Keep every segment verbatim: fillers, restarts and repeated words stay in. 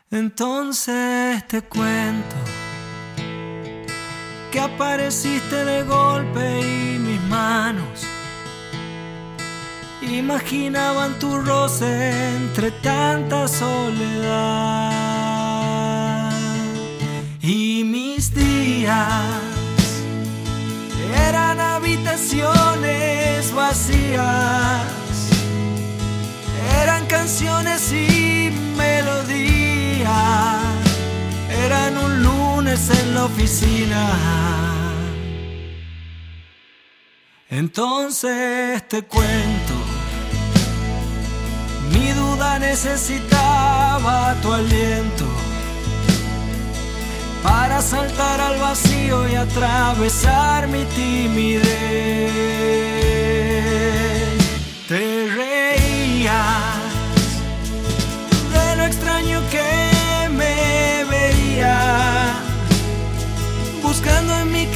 Entonces te cuento que apareciste de golpe y mis manos imaginaban tu roce entre tanta soledad. Y mis días eran habitaciones vacías, eran canciones y melodías, eran un lunes en la oficina. Entonces te cuento, mi duda necesitaba tu aliento para saltar al vacío y atravesar mi timidez. Te reías de lo extraño que me veía, buscando en mi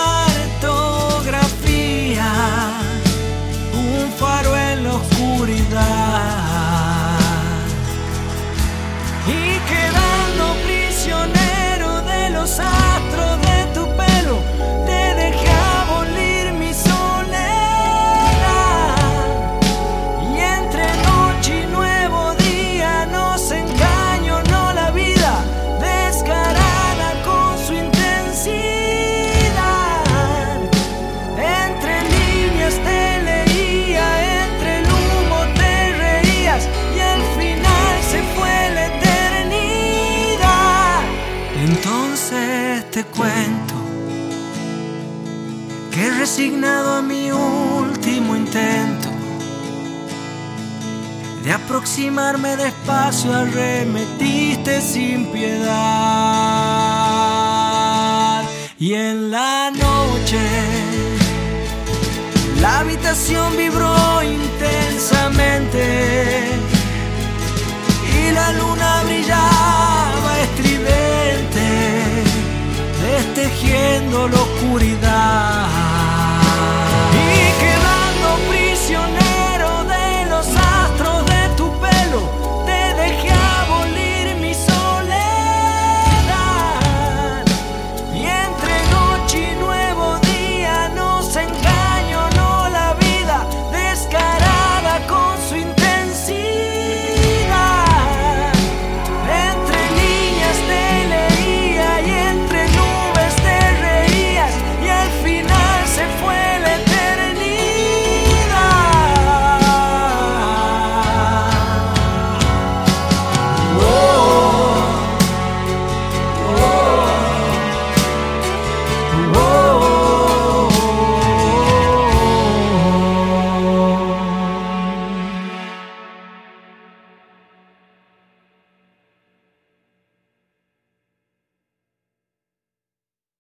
cartografía un faro en la oscuridad, y quedando prisionero de los astros de tu pelo, te dejé abolir mi soledad. Y entre noche y nuevo día nos engañó la vida, descarada con su intensidad. Entre líneas te leía, entre el humo te reías, y al final se fue la eternidad. Entonces te cuento que resignado a mi último intento de aproximarme despacio, arremetiste sin piedad. Y en la noche la habitación vibró intensamente y la luna brillaba estridente, destejiendo la oscuridad.